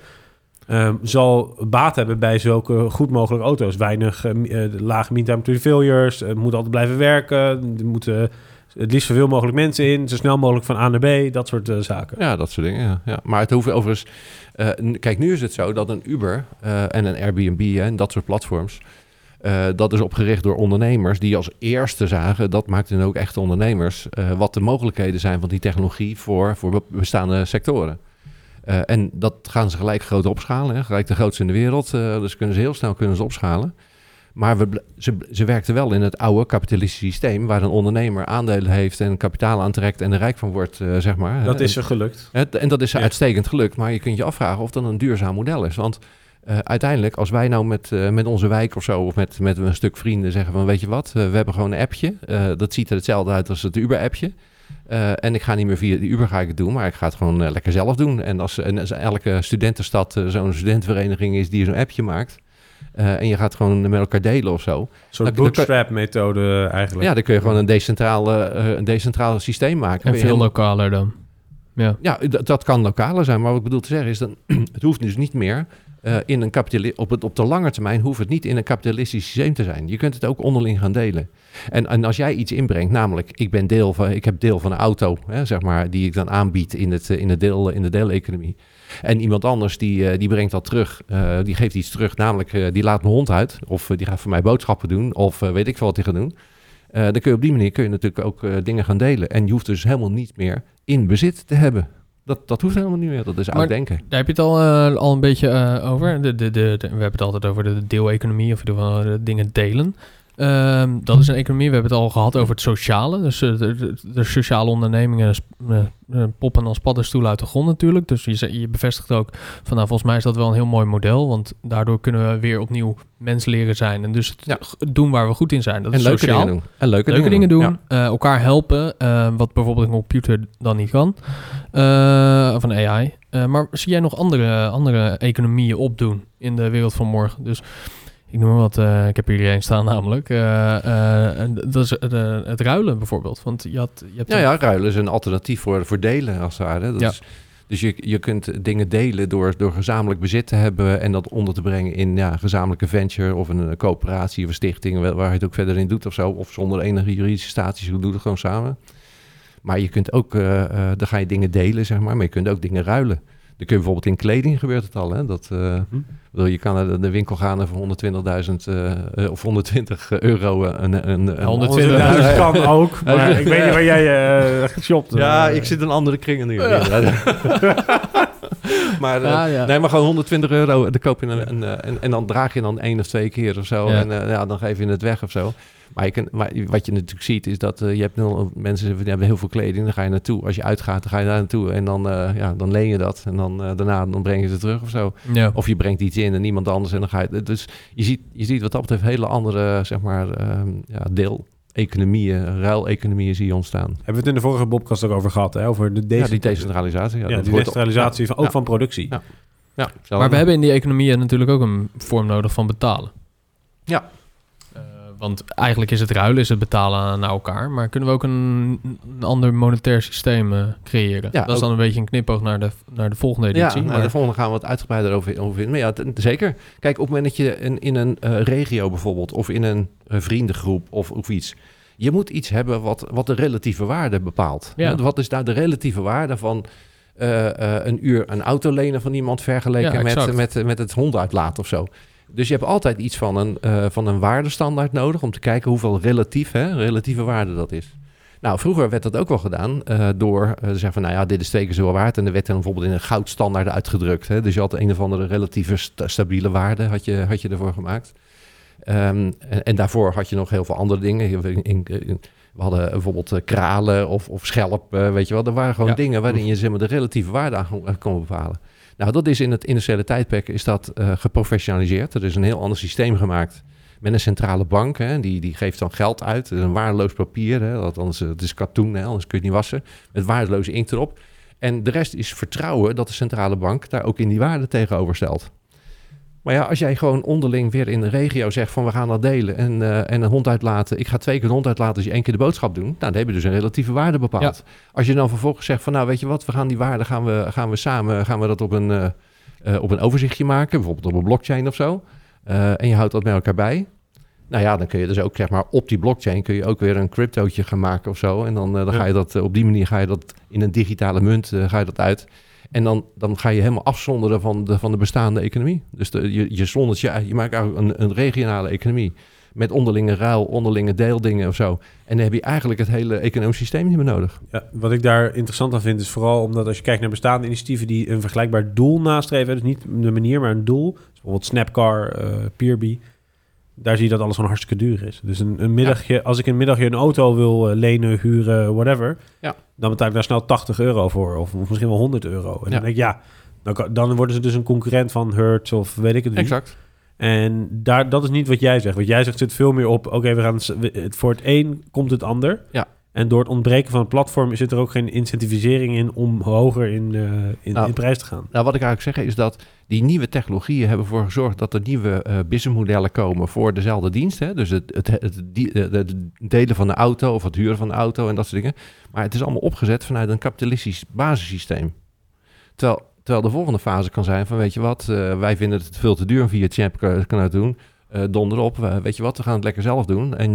zal baat hebben bij zulke goed mogelijke auto's. Weinig lage mean time to failures. Moet altijd blijven werken. Er moeten... het liefst zoveel mogelijk mensen in, zo snel mogelijk van A naar B, dat soort zaken. Ja, dat soort dingen, ja. Maar het hoeft overigens... kijk, nu is het zo dat een Uber en een Airbnb en dat soort platforms... dat is opgericht door ondernemers die als eerste zagen... dat maakt hen ook echte ondernemers... wat de mogelijkheden zijn van die technologie voor bestaande sectoren. En dat gaan ze gelijk groot opschalen. Hè? Gelijk de grootste in de wereld. Dus kunnen ze heel snel opschalen. Maar ze werkten wel in het oude kapitalistische systeem... waar een ondernemer aandelen heeft en kapitaal aantrekt... en er rijk van wordt, zeg maar. Dat is er gelukt. En dat is uitstekend gelukt. Maar je kunt je afvragen of dat een duurzaam model is. Want uiteindelijk, als wij nou met onze wijk of zo... of met een stuk vrienden zeggen van... weet je wat, we hebben gewoon een appje. Dat ziet er hetzelfde uit als het Uber-appje. En ik ga niet meer via de Uber ga ik het doen... maar ik ga het gewoon lekker zelf doen. En als elke studentenstad zo'n studentenvereniging is... die zo'n appje maakt... en je gaat gewoon met elkaar delen of zo. Een soort bootstrap-methode eigenlijk. Ja, dan kun je gewoon een decentraal systeem maken. En veel lokaler dan. Ja, dat kan lokaler zijn. Maar wat ik bedoel te zeggen is... dat het hoeft dus niet meer... op de lange termijn hoeft het niet in een kapitalistisch systeem te zijn. Je kunt het ook onderling gaan delen. En als jij iets inbrengt, namelijk ik heb deel van een auto, hè, zeg maar, die ik dan aanbied in de deeleconomie. En iemand anders die brengt dat terug, die geeft iets terug, namelijk die laat mijn hond uit, of die gaat voor mij boodschappen doen, of weet ik veel wat hij gaat doen. Dan kun je op die manier natuurlijk ook dingen gaan delen. En je hoeft dus helemaal niet meer in bezit te hebben. Dat hoeft helemaal niet meer. Dat is oud denken. Daar heb je het al een beetje over. We hebben het altijd over de deeleconomie of de dingen delen. Dat is een economie. We hebben het al gehad over het sociale. Dus de sociale ondernemingen poppen als paddenstoelen uit de grond natuurlijk. Dus je bevestigt ook van volgens mij is dat wel een heel mooi model. Want daardoor kunnen we weer opnieuw mens leren zijn. En dus doen waar we goed in zijn. Dat is leuke sociaal. Dingen doen. En leuke dingen doen. Ja. Elkaar helpen. Wat bijvoorbeeld een computer dan niet kan. Of een AI. Maar zie jij nog andere economieën opdoen in de wereld van morgen? Dus... ik noem maar wat, ik heb hier een staan namelijk. Dat is het ruilen bijvoorbeeld. Want je hebt ruilen is een alternatief voor delen als het ware. Dus je kunt dingen delen door gezamenlijk bezit te hebben... en dat onder te brengen in gezamenlijke venture... of een coöperatie of een stichting... waar je het ook verder in doet of zo. Of zonder enige juridische status, je doet het gewoon samen. Maar je kunt ook, dan ga je dingen delen, zeg maar je kunt ook dingen ruilen. kun je bijvoorbeeld in kleding gebeurt het al. Hè? Je kan naar de winkel gaan en voor 120.000 of 120 euro een 120.000 kan ook. Maar ik weet niet waar jij geshopt. Ja, ik zit in andere kringen nu. Ja. Maar, nee, maar gewoon 120 euro, dan koop je en dan draag je dan 1 of 2 keer of zo. Ja. En dan geef je het weg of zo. Maar wat je natuurlijk ziet is dat je hebt mensen die hebben heel veel kleding, dan ga je naartoe. Als je uitgaat, dan ga je daar naartoe en dan leen je dat. En dan daarna breng je ze terug of zo. Ja. Of je brengt iets in en niemand anders en dan ga je... Dus je ziet wat dat betreft hele andere, zeg maar, deel-economieën, ruileconomieën zie je ontstaan. Hebben we het in de vorige podcast ook over gehad, hè? Over die decentralisatie. Ja, die decentralisatie van productie. Ja. Maar we hebben in die economieën natuurlijk ook een vorm nodig van betalen. Ja. Want eigenlijk is het ruilen, is het betalen naar elkaar. Maar kunnen we ook een ander monetair systeem creëren? Ja, dat is dan een beetje een knipoog naar de volgende editie. Ja, de volgende gaan we wat uitgebreider over vinden. Maar ja, zeker. Kijk, op het moment dat je in een regio bijvoorbeeld... of in een vriendengroep of iets... je moet iets hebben wat de relatieve waarde bepaalt. Ja. Wat is daar de relatieve waarde van... een uur een auto lenen van iemand... vergeleken met het hond uitlaten of zo... Dus je hebt altijd iets van een waardestandaard nodig... om te kijken hoeveel relatieve waarde dat is. Nou, vroeger werd dat ook wel gedaan door te zeggen van... nou ja, dit is 2 keer zo waard... en er werd dan bijvoorbeeld in een goudstandaard uitgedrukt. Hè? Dus je had een of andere relatieve stabiele waarde had je ervoor gemaakt. En daarvoor had je nog heel veel andere dingen. We hadden bijvoorbeeld kralen of schelp, weet je wel. Er waren gewoon dingen waarin je zeg maar, de relatieve waarde aan kon bepalen. Nou, dat is in het industriële tijdperk is dat geprofessionaliseerd. Er is een heel ander systeem gemaakt met een centrale bank. Hè, die geeft dan geld uit. Het is een waardeloos papier. Hè, althans, het is katoen, hè, anders kun je het niet wassen. Met waardeloze inkt erop. En de rest is vertrouwen dat de centrale bank daar ook in die waarde tegenover stelt. Maar ja, als jij gewoon onderling weer in de regio zegt van we gaan dat delen en een hond uitlaten. Ik ga 2 keer een hond uitlaten als je 1 keer de boodschap doen. Nou, dan heb je dus een relatieve waarde bepaald. Ja. Als je dan vervolgens zegt van nou weet je wat, we gaan die waarde gaan we samen dat op een overzichtje maken. Bijvoorbeeld op een blockchain of zo. En je houdt dat met elkaar bij. Nou ja, dan kun je dus ook zeg maar op die blockchain kun je ook weer een cryptootje gaan maken of zo. En dan ga je dat op die manier ga je dat in een digitale munt ga je dat uit. En dan ga je helemaal afzonderen van de bestaande economie. Dus je maakt eigenlijk een regionale economie. Met onderlinge ruil, onderlinge deeldingen of zo. En dan heb je eigenlijk het hele economisch systeem niet meer nodig. Ja, wat ik daar interessant aan vind is vooral omdat als je kijkt naar bestaande initiatieven die een vergelijkbaar doel nastreven. Dus niet de manier, maar een doel. Dus bijvoorbeeld Snapcar, Peerby. Daar zie je dat alles gewoon hartstikke duur is. Dus een middagje, als ik een middagje een auto wil lenen, huren, whatever... Ja. Dan betaal ik daar snel €80 voor. Of misschien wel €100. En dan denk ik, dan worden ze dus een concurrent van Hertz of weet ik het niet. Exact. En dat is niet wat jij zegt. Wat jij zegt zit veel meer op... Oké, we gaan voor het een komt het ander. Ja. En door het ontbreken van het platform... zit er ook geen incentivisering in om hoger in prijs te gaan. Nou, wat ik eigenlijk zeg is dat die nieuwe technologieën hebben ervoor gezorgd... dat er nieuwe businessmodellen komen voor dezelfde dienst. Hè? Dus het delen van de auto of het huren van de auto en dat soort dingen. Maar het is allemaal opgezet vanuit een kapitalistisch basissysteem. Terwijl de volgende fase kan zijn van... weet je wat, wij vinden het veel te duur om via Champ kan het doen. Donder op, weet je wat, we gaan het lekker zelf doen. En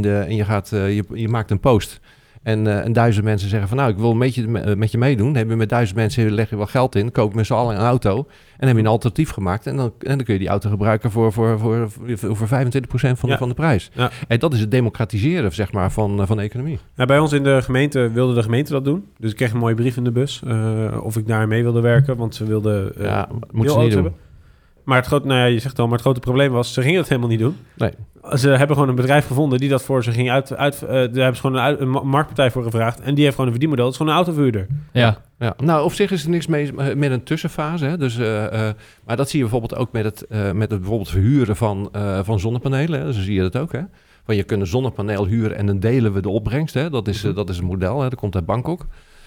je maakt een post... En 1000 mensen zeggen van nou, ik wil een beetje met je meedoen. Dan heb je met 1000 mensen, leg je wel geld in. Koop met z'n allen een auto. En dan heb je een alternatief gemaakt. En dan kun je die auto gebruiken voor 25% van de prijs. Ja. En dat is het democratiseren zeg maar, van de economie. Ja, bij ons in de gemeente wilde de gemeente dat doen. Dus ik kreeg een mooie brief in de bus. Of ik daar mee wilde werken. Want ze wilden moeten ze niet doen. Hebben. Maar je zegt al, maar het grote probleem was, ze gingen het helemaal niet doen. Nee. Ze hebben gewoon een bedrijf gevonden die dat voor ze ging daar hebben ze gewoon een marktpartij voor gevraagd. En die heeft gewoon een verdienmodel. Het is gewoon een autoverhuurder. Ja. Nou, op zich is er niks mee met een tussenfase. Hè? Dus, maar dat zie je bijvoorbeeld ook met het bijvoorbeeld verhuren van zonnepanelen. Hè? Dus dan zie je dat ook. Hè? Van je kunt een zonnepaneel huren en dan delen we de opbrengst. Hè? Dat is het model. Hè? Dat komt uit Bangkok.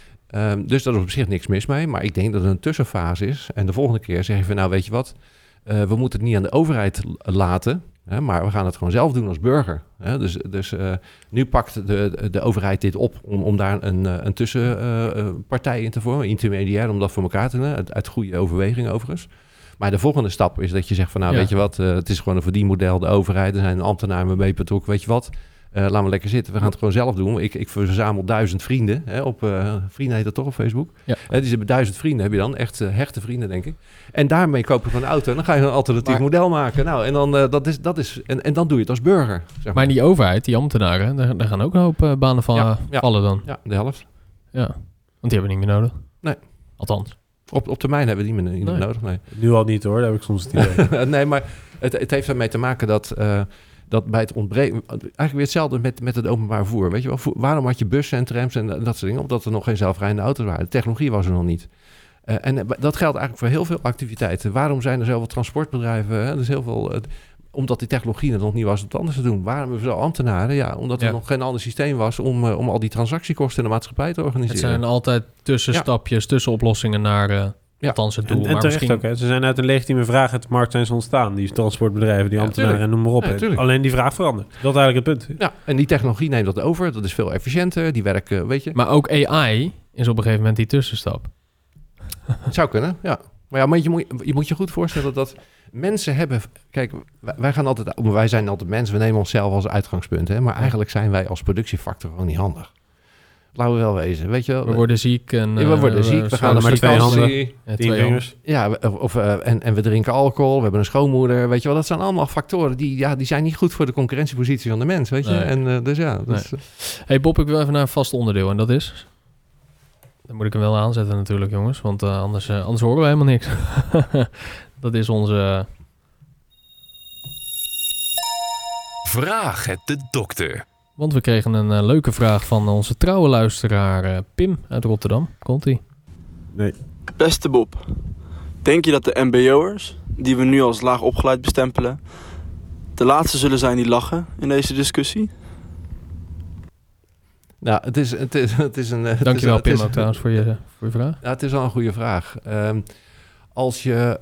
Dus daar is op zich niks mis mee. Maar ik denk dat het een tussenfase is. En de volgende keer zeg je van nou weet je wat. We moeten het niet aan de overheid laten. Hè, maar we gaan het gewoon zelf doen als burger. Hè? Dus nu pakt de overheid dit op om daar een tussenpartij in te vormen. Intermediair om dat voor elkaar te doen. Uit goede overwegingen overigens. Maar de volgende stap is dat je zegt van nou weet je wat. Het is gewoon een verdienmodel. De overheid, er zijn ambtenaren mee betrokken. Weet je wat. laat maar lekker zitten. We gaan het gewoon zelf doen. Ik verzamel 1000 vrienden. Op vrienden heet dat toch op Facebook? Ja. Dus hebben 1000 vrienden heb je dan. Echt hechte vrienden, denk ik. En daarmee koop je van een auto. En dan ga je een alternatief model maken. Nou, en dan, dat is, en dan doe je het als burger. Zeg maar die overheid, die ambtenaren, daar gaan ook een hoop banen van vallen dan. Ja, de helft. Ja, want die hebben we niet meer nodig. Nee. Althans. Op termijn hebben we die niet meer nodig. Nee. Nu al niet hoor, daar heb ik soms het idee. Nee, maar het heeft ermee te maken dat bij het ontbreken... Eigenlijk weer hetzelfde met het openbaar vervoer. Weet je wel? Waarom had je bussen en trams en dat soort dingen? Omdat er nog geen zelfrijdende auto's waren. De technologie was er nog niet. En dat geldt eigenlijk voor heel veel activiteiten. Waarom zijn er zoveel transportbedrijven? Hè? Er is heel veel... omdat die technologie er nog niet was om het anders te doen. Waarom hebben we zo ambtenaren? Ja, omdat er nog geen ander systeem was om al die transactiekosten in de maatschappij te organiseren. Het zijn altijd tussenstapjes, tussenoplossingen naar althans het doel. En terecht misschien... ook. Hè. Ze zijn uit een legitieme vraag uit de markt zijn ze ontstaan. Die transportbedrijven, die ambtenaren en noem maar op. Alleen die vraag verandert. Dat is eigenlijk het punt. Ja, en die technologie neemt dat over. Dat is veel efficiënter. Die werken, weet je. Maar ook AI is op een gegeven moment die tussenstap. Het zou kunnen, ja. Maar je moet je goed voorstellen dat mensen hebben... Kijk, wij zijn altijd mensen. We nemen onszelf als uitgangspunt. Hè? Maar eigenlijk zijn wij als productiefactor gewoon niet handig. Laten we wel wezen, weet je wel. We worden ziek. We worden ziek, we gaan naar vakantie. 10 vingers. Ja, en we drinken alcohol, we hebben een schoonmoeder. Weet je wel, dat zijn allemaal factoren die zijn niet goed voor de concurrentiepositie van de mens, weet je. Nee. En dus ja. Dus, Hey Bob, ik wil even naar een vast onderdeel en dat is... Dan moet ik hem wel aanzetten natuurlijk, jongens. Want anders horen we helemaal niks. Dat is onze... Vraag het de dokter. Want we kregen een leuke vraag van onze trouwe luisteraar Pim uit Rotterdam. Komt-ie? Nee. Beste Bob, denk je dat de mbo'ers, die we nu als laag opgeleid bestempelen, de laatste zullen zijn die lachen in deze discussie? Nou, het is een... Dankjewel Pim ook trouwens voor je vraag. Ja, het is wel een goede vraag. Als je...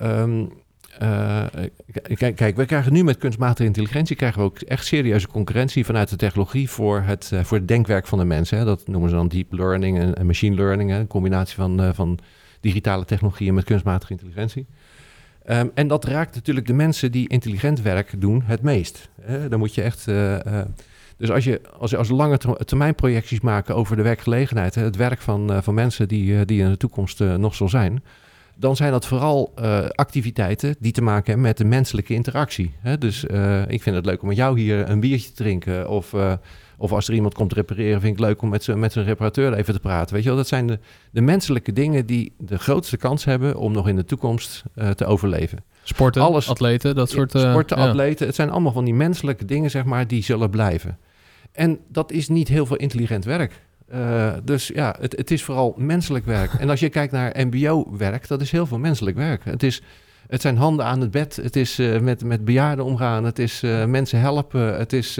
Kijk, we krijgen nu met kunstmatige intelligentie... krijgen we ook echt serieuze concurrentie vanuit de technologie... voor het denkwerk van de mensen. Hè. Dat noemen ze dan deep learning en machine learning. Hè. Een combinatie van digitale technologieën met kunstmatige intelligentie. En dat raakt natuurlijk de mensen die intelligent werk doen het meest. Dan moet je echt... Dus als lange termijn projecties maken over de werkgelegenheid... het werk van mensen die in de toekomst nog zal zijn... dan zijn dat vooral activiteiten die te maken hebben met de menselijke interactie. Dus ik vind het leuk om met jou hier een biertje te drinken... Of als er iemand komt repareren, vind ik leuk om met zijn reparateur even te praten. Weet je wel, dat zijn de menselijke dingen die de grootste kans hebben... om nog in de toekomst te overleven. Sporten, atleten, dat soort... Sporten, atleten, het zijn allemaal van die menselijke dingen, zeg maar, die zullen blijven. En dat is niet heel veel intelligent werk. Dus ja, het is vooral menselijk werk. En als je kijkt naar mbo-werk, dat is heel veel menselijk werk. Het zijn handen aan het bed, het is met bejaarden omgaan, het is mensen helpen, het is...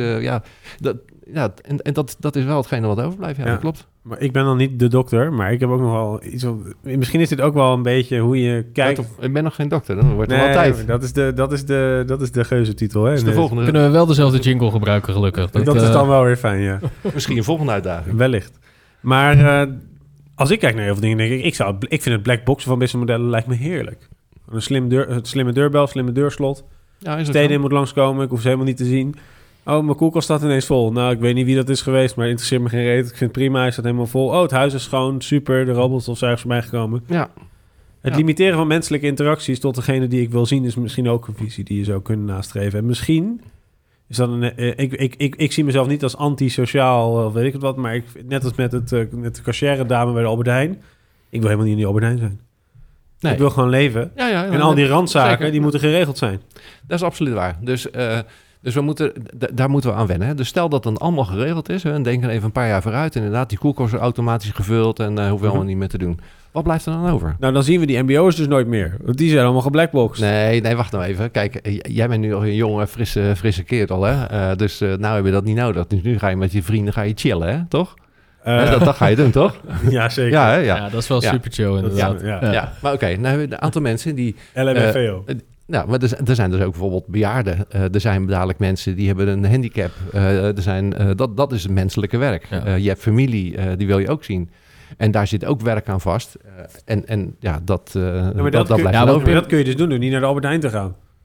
dat is wel hetgene wat overblijft, dat klopt. Maar ik ben dan niet de dokter, maar ik heb ook nog wel iets... Misschien is dit ook wel een beetje hoe je kijkt... Ik ben nog geen dokter, dan wordt er wel tijd. Dat is de geuzetitel. Hè? De volgende... Kunnen we wel dezelfde jingle gebruiken, gelukkig. Dat is dan wel weer fijn, ja. Misschien een volgende uitdaging. Wellicht. Maar als ik kijk naar heel veel dingen, denk ik vind het black boxen van businessmodellen lijkt me heerlijk. Een slimme deurbel, slimme deurslot. Ja, steden in moet langskomen, ik hoef ze helemaal niet te zien. Oh, mijn koelkast staat ineens vol. Nou, ik weet niet wie dat is geweest, maar het interesseert me geen reet. Ik vind het prima, hij staat helemaal vol. Oh, het huis is schoon, super, de robotstofzuigers zijn bijgekomen. Ja. Het limiteren van menselijke interacties tot degene die ik wil zien... is misschien ook een visie die je zou kunnen nastreven. En misschien is dat ik zie mezelf niet als antisociaal, of weet ik het wat... maar net als met de cashier dame bij de Albert Heijn... ik wil helemaal niet in die Albert Heijn zijn. Nee. Ik wil gewoon leven. Ja, en al die randzaken, die moeten geregeld zijn. Dat is absoluut waar. Dus daar moeten we aan wennen. Hè? Dus stel dat dan allemaal geregeld is... en denk er even een paar jaar vooruit... inderdaad, die koelkast is automatisch gevuld... en hoeven we allemaal niet meer te doen. Wat blijft er dan over? Nou, dan zien we die mbo's dus nooit meer. Want die zijn allemaal geblackboxed. Nee, wacht nou even. Kijk, jij bent nu nog een jonge, frisse kerel, hè? Dus nou heb je dat niet nodig. Dus nu ga je met je vrienden chillen, hè? Toch? Dat ga je doen, toch? Ja, zeker. Ja, dat is wel super chill, inderdaad. Ja. Maar oké, nou hebben we een aantal mensen die... LMFAO. Nou, maar er zijn dus ook bijvoorbeeld bejaarden. Er zijn dadelijk mensen die hebben een handicap. Dat is het menselijke werk. Ja. Je hebt familie, die wil je ook zien. En daar zit ook werk aan vast. Dat blijft over. Dat kun je dus doen door niet naar de Albert Heijn te gaan.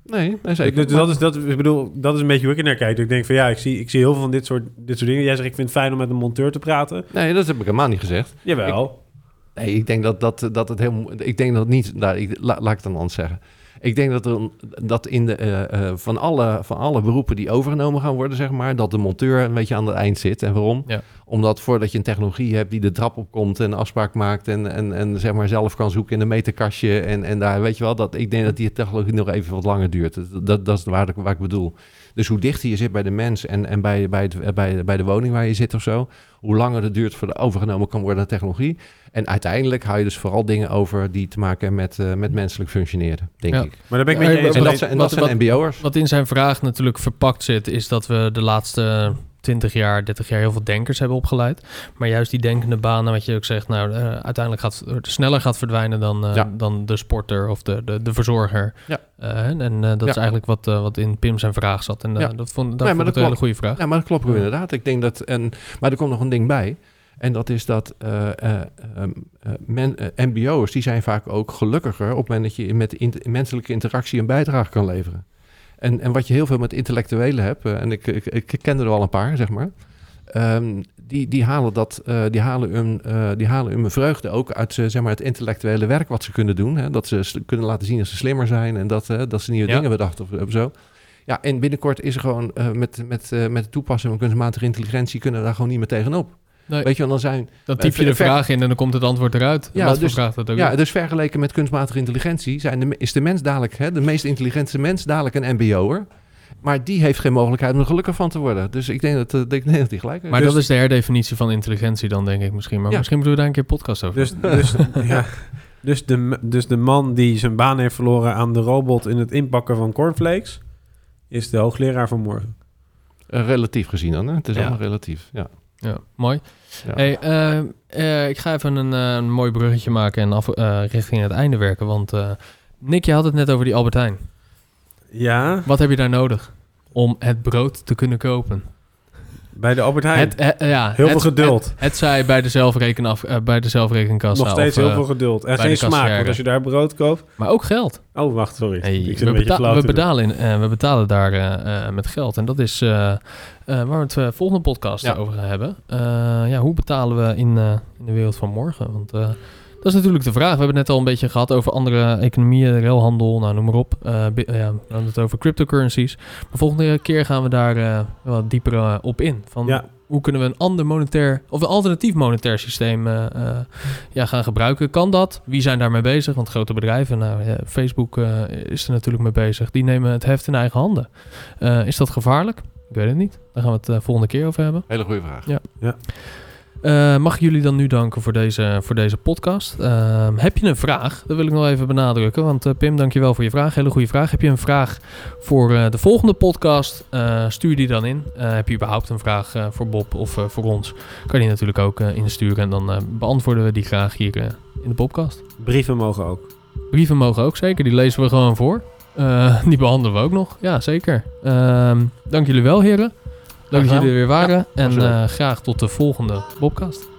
Nee, zeker. Dus dat is een beetje hoe ik er naar kijk. Ik denk van ik zie heel veel van dit soort dingen. Jij zegt, ik vind het fijn om met een monteur te praten. Nee, dat heb ik helemaal niet gezegd. Jawel. Ik denk dat het helemaal... Ik denk dat niet... laat ik het dan anders zeggen. Ik denk dat in de van alle beroepen die overgenomen gaan worden, zeg maar, dat de monteur een beetje aan het eind zit. En waarom? Ja. Omdat voordat je een technologie hebt die de trap opkomt en een afspraak maakt en zeg maar zelf kan zoeken in een meterkastje en daar, weet je wel, ik denk dat die technologie nog even wat langer duurt. Dat is waar ik bedoel. Dus hoe dichter je zit bij de mens en bij de woning waar je zit of zo, hoe langer het duurt voor de overgenomen kan worden aan technologie. En uiteindelijk hou je dus vooral dingen over die te maken hebben met menselijk functioneren, denk ik. Maar daar ben ik met je eens. En dat zijn MBO'ers. Wat in zijn vraag natuurlijk verpakt zit, is dat we de laatste 20 jaar, 30 jaar heel veel denkers hebben opgeleid. Maar juist die denkende banen, wat je ook zegt, uiteindelijk sneller gaat verdwijnen dan de sporter of de verzorger. Ja. Dat is eigenlijk wat in Pim zijn vraag zat. En dat vond ik een hele goede vraag. Ja, maar dat klopt inderdaad. Ik denk dat... Maar er komt nog een ding bij. En dat is dat MBO'ers, die zijn vaak ook gelukkiger op het moment dat je met menselijke interactie een bijdrage kan leveren. En wat je heel veel met intellectuelen hebt, en ik ken er wel een paar, zeg maar, die halen hun vreugde ook uit zeg maar, het intellectuele werk wat ze kunnen doen. Hè? Dat ze kunnen laten zien dat ze slimmer zijn en dat ze nieuwe dingen bedacht of zo. Ja, en binnenkort is er gewoon met de toepassing van kunstmatige intelligentie kunnen we daar gewoon niet meer tegenop. Nee. Weet je, dan typ je de vraag in en dan komt het antwoord eruit. Ja, wat voor vraag dat ook is. Dus vergeleken met kunstmatige intelligentie is de mens dadelijk, de meest intelligente mens dadelijk een MBO'er. Maar die heeft geen mogelijkheid om er gelukkig van te worden. Dus ik denk dat die gelijk heeft. Maar dat is de herdefinitie van intelligentie dan, denk ik misschien. Maar misschien moeten we daar een keer een podcast over. Dus de man die zijn baan heeft verloren aan de robot in het inpakken van cornflakes is de hoogleraar van morgen. Relatief gezien dan, hè? Het is allemaal relatief, ja. Ja, mooi. Ja. Hey, ik ga even een mooi bruggetje maken en richting het einde werken. Want Nick, je had het net over die Albert Heijn. Ja. Wat heb je daar nodig om het brood te kunnen kopen? Bij de Albert Heijn? Heel veel geduld. Het zij bij de zelfrekenkassa. Nog steeds heel veel geduld. En geen smaak, want als je daar brood koopt... Maar ook geld. Oh, wacht, sorry. Hey, ik zit een beetje flauw we betalen daar met geld. En dat is waar we het volgende podcast over gaan hebben. Hoe betalen we in de wereld van morgen? Want dat is natuurlijk de vraag. We hebben het net al een beetje gehad over andere economieën, ruilhandel, noem maar op. We hadden het over cryptocurrencies. De volgende keer gaan we daar wat dieper op in. Hoe kunnen we een ander monetair of een alternatief monetair systeem gaan gebruiken? Kan dat? Wie zijn daarmee bezig? Want grote bedrijven, Facebook is er natuurlijk mee bezig. Die nemen het heft in eigen handen. Is dat gevaarlijk? Ik weet het niet. Daar gaan we het de volgende keer over hebben. Hele goede vraag. Ja. Mag ik jullie dan nu danken voor deze podcast? Heb je een vraag? Dat wil ik nog even benadrukken. Want Pim, dankjewel voor je vraag. Hele goede vraag. Heb je een vraag voor de volgende podcast? Stuur die dan in. Heb je überhaupt een vraag voor Bob of voor ons? Kan die natuurlijk ook insturen. En dan beantwoorden we die graag hier in de podcast. Brieven mogen ook. Brieven mogen ook, zeker. Die lezen we gewoon voor. Die behandelen we ook nog. Ja, zeker. Dank jullie wel, heren. Dank dat jullie er weer waren. En graag tot de volgende podcast.